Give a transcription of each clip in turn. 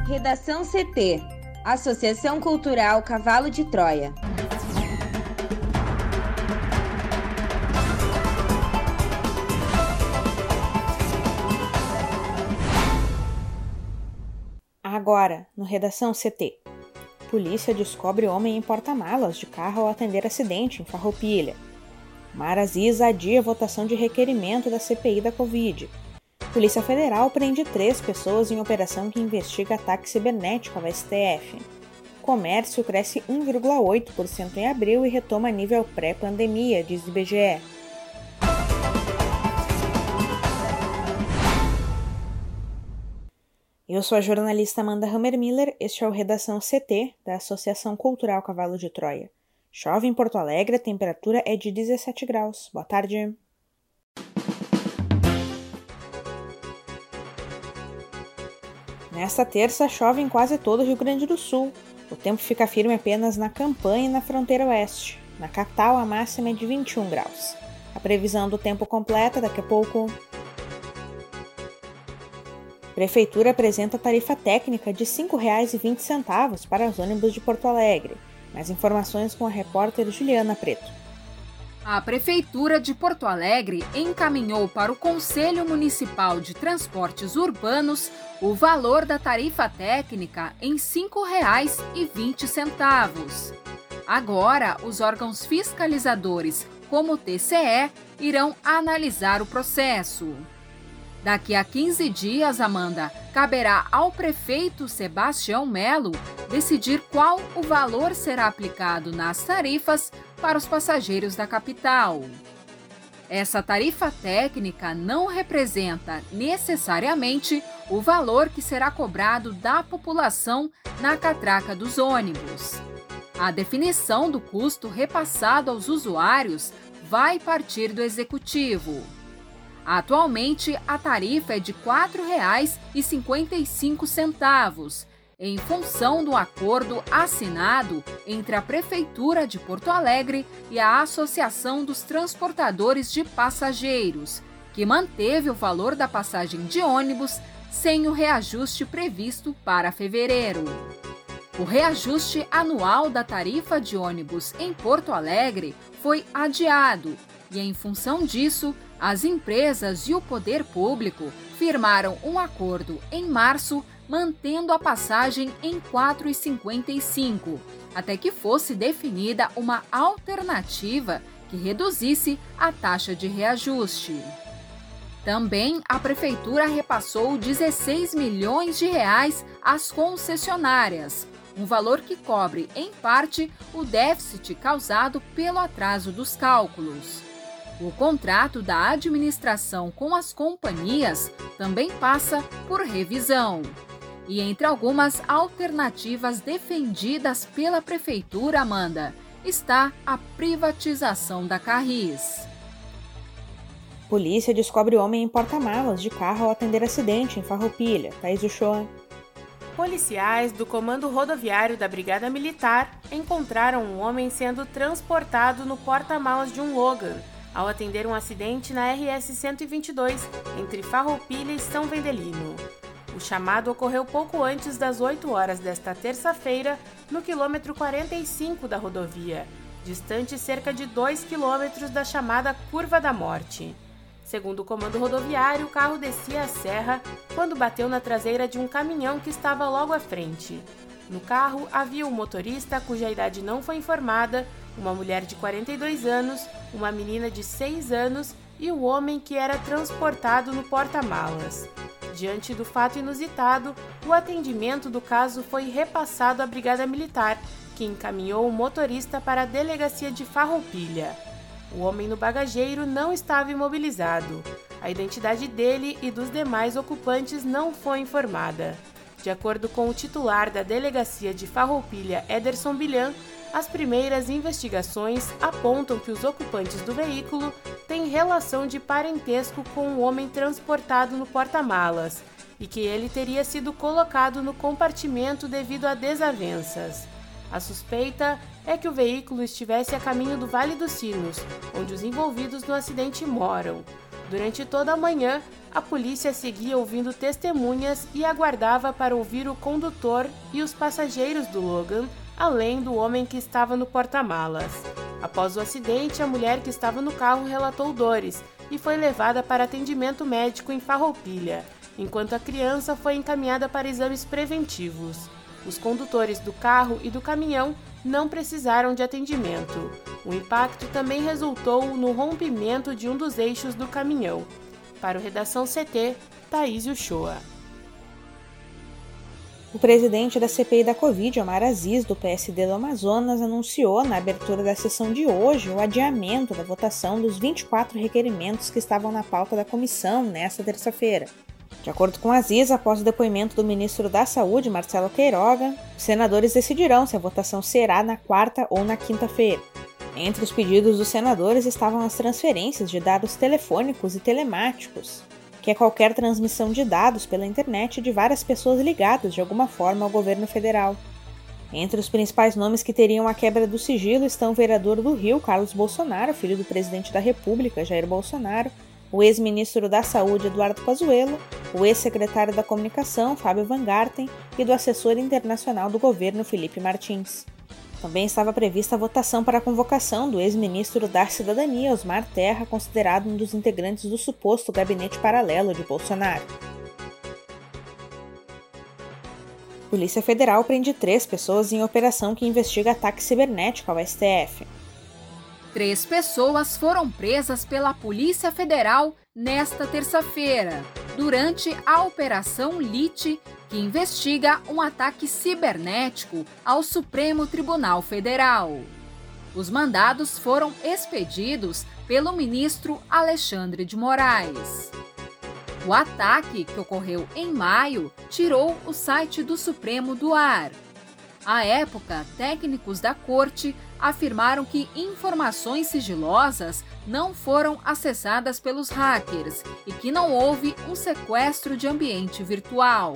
Redação CT, Associação Cultural Cavalo de Troia. Agora, no Redação CT. Polícia descobre homem em porta-malas de carro ao atender acidente em Farroupilha. Mara Aziz adia a votação de requerimento da CPI da Covid. Polícia Federal prende 3 pessoas em operação que investiga ataque cibernético ao STF. Comércio cresce 1,8% em abril e retoma nível pré-pandemia, diz o IBGE. Eu sou a jornalista Amanda Hammermiller, este é o Redação CT, da Associação Cultural Cavalo de Troia. Chove em Porto Alegre, a temperatura é de 17 graus. Boa tarde. Nesta terça, chove em quase todo o Rio Grande do Sul. O tempo fica firme apenas na Campanha e na fronteira oeste. Na capital, a máxima é de 21 graus. A previsão do tempo completa daqui a pouco. Prefeitura apresenta tarifa técnica de R$ 5,20 para os ônibus de Porto Alegre. Mais informações com a repórter Juliana Preto. A Prefeitura de Porto Alegre encaminhou para o Conselho Municipal de Transportes Urbanos o valor da tarifa técnica em R$ 5,20. Agora, os órgãos fiscalizadores, como o TCE, irão analisar o processo. Daqui a 15 dias, Amanda, caberá ao prefeito Sebastião Melo decidir qual o valor será aplicado nas tarifas para os passageiros da capital. Essa tarifa técnica não representa necessariamente o valor que será cobrado da população na catraca dos ônibus. A definição do custo repassado aos usuários vai partir do Executivo. Atualmente, a tarifa é de R$ 4,55, em função do acordo assinado entre a Prefeitura de Porto Alegre e a Associação dos Transportadores de Passageiros, que manteve o valor da passagem de ônibus sem o reajuste previsto para fevereiro. O reajuste anual da tarifa de ônibus em Porto Alegre foi adiado e, em função disso, as empresas e o poder público firmaram um acordo em março, mantendo a passagem em R$ 4,55, até que fosse definida uma alternativa que reduzisse a taxa de reajuste. Também a Prefeitura repassou R$ 16 milhões às concessionárias, um valor que cobre, em parte, o déficit causado pelo atraso dos cálculos. O contrato da administração com as companhias também passa por revisão. E entre algumas alternativas defendidas pela Prefeitura, Amanda, está a privatização da Carris. Polícia descobre homem em porta-malas de carro ao atender acidente em Farroupilha. Thaís Uchoa. Policiais do Comando Rodoviário da Brigada Militar encontraram um homem sendo transportado no porta-malas de um Logan, ao atender um acidente na RS 122, entre Farroupilha e São Vendelino. O chamado ocorreu pouco antes das 8 horas desta terça-feira, no quilômetro 45 da rodovia, distante cerca de 2 quilômetros da chamada Curva da Morte. Segundo o comando rodoviário, o carro descia a serra quando bateu na traseira de um caminhão que estava logo à frente. No carro havia um motorista cuja idade não foi informada, uma mulher de 42 anos, uma menina de 6 anos e o homem que era transportado no porta-malas. Diante do fato inusitado, o atendimento do caso foi repassado à Brigada Militar, que encaminhou o motorista para a delegacia de Farroupilha. O homem no bagageiro não estava imobilizado. A identidade dele e dos demais ocupantes não foi informada. De acordo com o titular da delegacia de Farroupilha, Ederson Bilhan, as primeiras investigações apontam que os ocupantes do veículo têm relação de parentesco com o homem transportado no porta-malas e que ele teria sido colocado no compartimento devido a desavenças. A suspeita é que o veículo estivesse a caminho do Vale dos Sinos, onde os envolvidos no acidente moram. Durante toda a manhã, a polícia seguia ouvindo testemunhas e aguardava para ouvir o condutor e os passageiros do Logan, além do homem que estava no porta-malas. Após o acidente, a mulher que estava no carro relatou dores e foi levada para atendimento médico em Farroupilha, enquanto a criança foi encaminhada para exames preventivos. Os condutores do carro e do caminhão não precisaram de atendimento. O impacto também resultou no rompimento de um dos eixos do caminhão. Para o Redação CT, Thaís Uchoa. O presidente da CPI da Covid, Omar Aziz, do PSD do Amazonas, anunciou na abertura da sessão de hoje o adiamento da votação dos 24 requerimentos que estavam na pauta da comissão nesta terça-feira. De acordo com Aziz, após o depoimento do ministro da Saúde, Marcelo Queiroga, os senadores decidirão se a votação será na quarta ou na quinta-feira. Entre os pedidos dos senadores estavam as transferências de dados telefônicos e telemáticos, que é qualquer transmissão de dados pela internet de várias pessoas ligadas de alguma forma ao governo federal. Entre os principais nomes que teriam a quebra do sigilo estão o vereador do Rio, Carlos Bolsonaro, filho do presidente da República, Jair Bolsonaro, o ex-ministro da Saúde, Eduardo Pazuello, o ex-secretário da Comunicação, Fábio Van Garten, e do assessor internacional do governo, Felipe Martins. Também estava prevista a votação para a convocação do ex-ministro da Cidadania, Osmar Terra, considerado um dos integrantes do suposto gabinete paralelo de Bolsonaro. Polícia Federal prende 3 pessoas em operação que investiga ataque cibernético ao STF. 3 pessoas foram presas pela Polícia Federal nesta terça-feira, durante a Operação Lite, que investiga um ataque cibernético ao Supremo Tribunal Federal. Os mandados foram expedidos pelo ministro Alexandre de Moraes. O ataque, que ocorreu em maio, tirou o site do Supremo do ar. À época, técnicos da corte afirmaram que informações sigilosas não foram acessadas pelos hackers e que não houve um sequestro de ambiente virtual.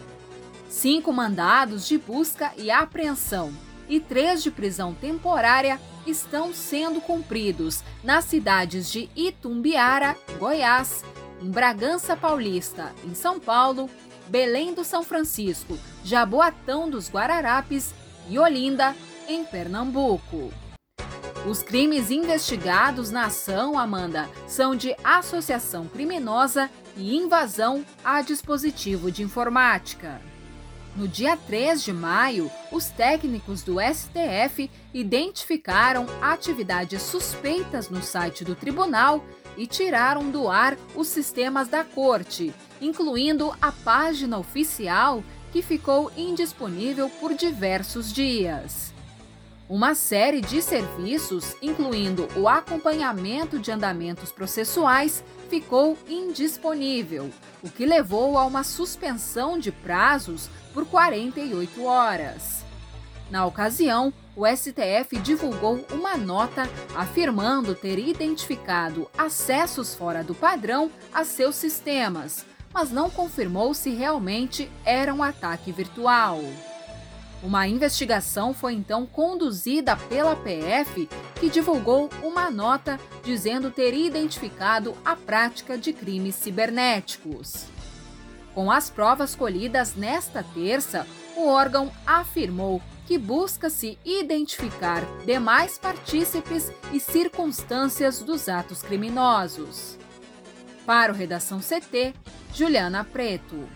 5 mandados de busca e apreensão e 3 de prisão temporária estão sendo cumpridos nas cidades de Itumbiara, Goiás, em Bragança Paulista, em São Paulo, Belém do São Francisco, Jaboatão dos Guararapes e Olinda, em Pernambuco. Os crimes investigados na ação, Amanda, são de associação criminosa e invasão a dispositivo de informática. No dia 3 de maio, os técnicos do STF identificaram atividades suspeitas no site do tribunal e tiraram do ar os sistemas da corte, incluindo a página oficial, que ficou indisponível por diversos dias. Uma série de serviços, incluindo o acompanhamento de andamentos processuais, ficou indisponível, o que levou a uma suspensão de prazos por 48 horas. Na ocasião, o STF divulgou uma nota afirmando ter identificado acessos fora do padrão a seus sistemas, mas não confirmou se realmente era um ataque virtual. Uma investigação foi então conduzida pela PF, que divulgou uma nota dizendo ter identificado a prática de crimes cibernéticos. Com as provas colhidas nesta terça, o órgão afirmou que busca-se identificar demais partícipes e circunstâncias dos atos criminosos. Para o Redação CT, Juliana Preto.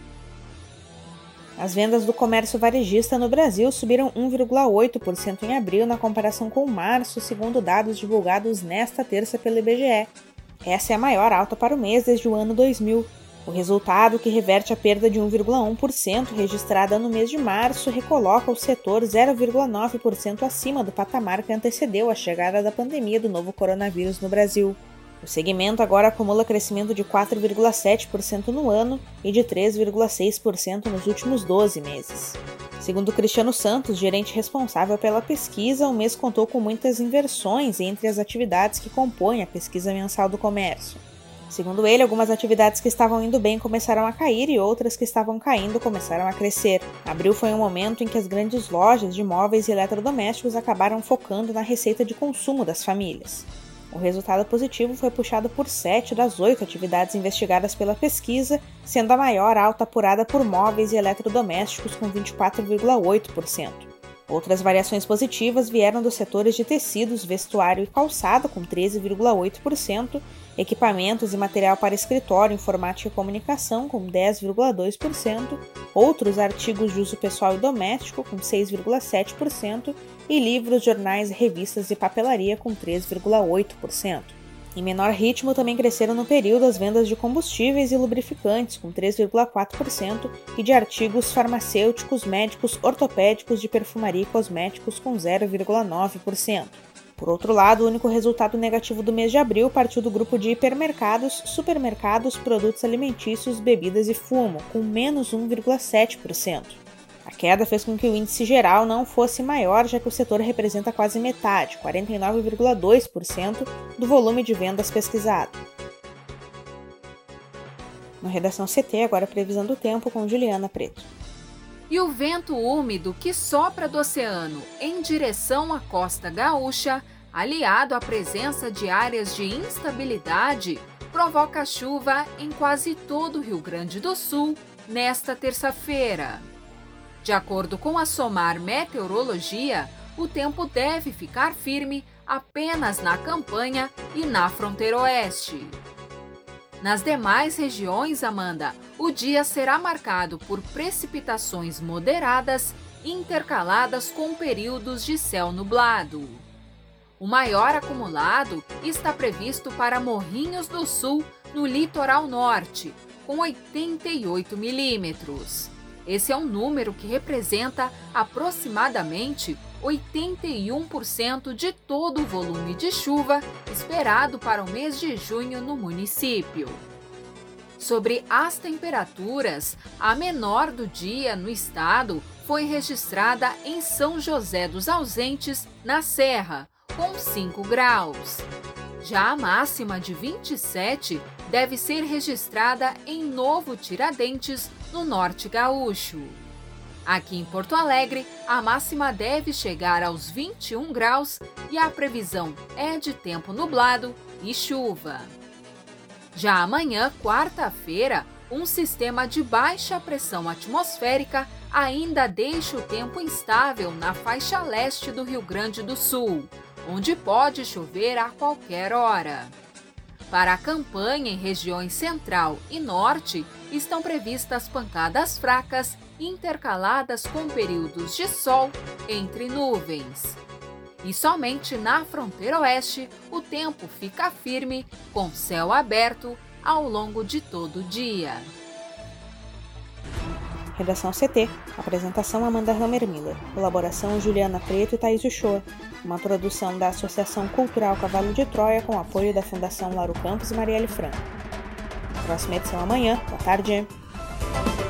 As vendas do comércio varejista no Brasil subiram 1,8% em abril na comparação com março, segundo dados divulgados nesta terça pelo IBGE. Essa é a maior alta para o mês desde o ano 2000. O resultado, que reverte a perda de 1,1% registrada no mês de março, recoloca o setor 0,9% acima do patamar que antecedeu a chegada da pandemia do novo coronavírus no Brasil. O segmento agora acumula crescimento de 4,7% no ano e de 3,6% nos últimos 12 meses. Segundo Cristiano Santos, gerente responsável pela pesquisa, o mês contou com muitas inversões entre as atividades que compõem a pesquisa mensal do comércio. Segundo ele, algumas atividades que estavam indo bem começaram a cair e outras que estavam caindo começaram a crescer. Abril foi um momento em que as grandes lojas de móveis e eletrodomésticos acabaram focando na receita de consumo das famílias. O resultado positivo foi puxado por 7 das 8 atividades investigadas pela pesquisa, sendo a maior alta apurada por móveis e eletrodomésticos, com 24,8%. Outras variações positivas vieram dos setores de tecidos, vestuário e calçado, com 13,8%, equipamentos e material para escritório, informática e comunicação, com 10,2%, outros artigos de uso pessoal e doméstico, com 6,7%, e livros, jornais, revistas e papelaria, com 3,8%. Em menor ritmo, também cresceram no período as vendas de combustíveis e lubrificantes, com 3,4%, e de artigos farmacêuticos, médicos, ortopédicos, de perfumaria e cosméticos, com 0,9%. Por outro lado, o único resultado negativo do mês de abril partiu do grupo de hipermercados, supermercados, produtos alimentícios, bebidas e fumo, com menos 1,7%. A queda fez com que o índice geral não fosse maior, já que o setor representa quase metade, 49,2%, do volume de vendas pesquisado. No Redação CT, agora a previsão do tempo com Juliana Preto. E o vento úmido que sopra do oceano em direção à costa gaúcha, aliado à presença de áreas de instabilidade, provoca chuva em quase todo o Rio Grande do Sul nesta terça-feira. De acordo com a SOMAR Meteorologia, o tempo deve ficar firme apenas na campanha e na fronteira oeste. Nas demais regiões, Amanda, o dia será marcado por precipitações moderadas, intercaladas com períodos de céu nublado. O maior acumulado está previsto para Morrinhos do Sul, no litoral norte, com 88 milímetros. Esse é um número que representa aproximadamente 81% de todo o volume de chuva esperado para o mês de junho no município. Sobre as temperaturas, a menor do dia no estado foi registrada em São José dos Ausentes, na Serra, com 5 graus. Já a máxima de 27 deve ser registrada em Novo Tiradentes, no norte gaúcho. Aqui em Porto Alegre, a máxima deve chegar aos 21 graus e a previsão é de tempo nublado e chuva. Já amanhã, quarta-feira, um sistema de baixa pressão atmosférica ainda deixa o tempo instável na faixa leste do Rio Grande do Sul, onde pode chover a qualquer hora. Para a campanha em regiões central e norte, estão previstas pancadas fracas, intercaladas com períodos de sol entre nuvens. E somente na fronteira oeste, o tempo fica firme, com céu aberto ao longo de todo o dia. Redação CT. Apresentação Amanda Hammermiller. Colaboração Juliana Preto e Thaís Uchoa. Uma produção da Associação Cultural Cavalo de Troia com apoio da Fundação Lauro Campos e Marielle Franco. Próxima edição amanhã. Boa tarde.